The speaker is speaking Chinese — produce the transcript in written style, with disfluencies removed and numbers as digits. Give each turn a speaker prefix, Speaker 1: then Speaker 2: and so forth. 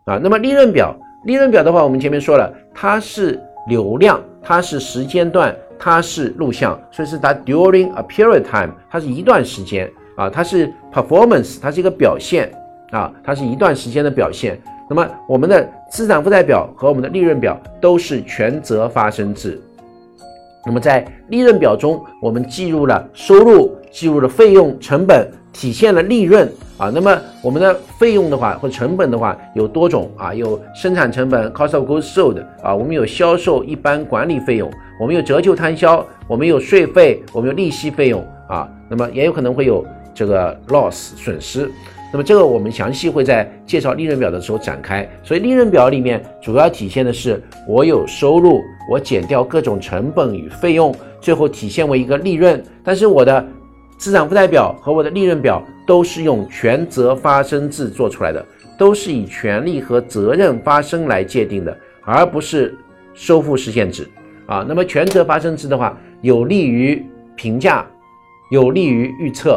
Speaker 1: 啊。那么利润表的话，我们前面说了，它是流量，它是时间段，它是录像，所以是它 during a period time， 它是一段时间啊，它是 performance， 它是一个表现啊，它是一段时间的表现。那么我们的资产负债表和我们的利润表都是权责发生制。那么在利润表中，我们记录了收入，记录了费用、成本，体现了利润啊。那么我们的费用的话或成本的话有多种啊，有生产成本 cost of goods sold 啊，我们有销售一般管理费用，我们有折旧摊销，我们有税费，我们有利息费用啊。那么也有可能会有这个 loss 损失。那么这个我们详细会在介绍利润表的时候展开。所以利润表里面主要体现的是我有收入，我减掉各种成本与费用，最后体现为一个利润。但是我的资产负债表和我的利润表都是用权责发生制做出来的，都是以权利和责任发生来界定的，而不是收付实现制啊。那么权责发生制的话，有利于评价，有利于预测。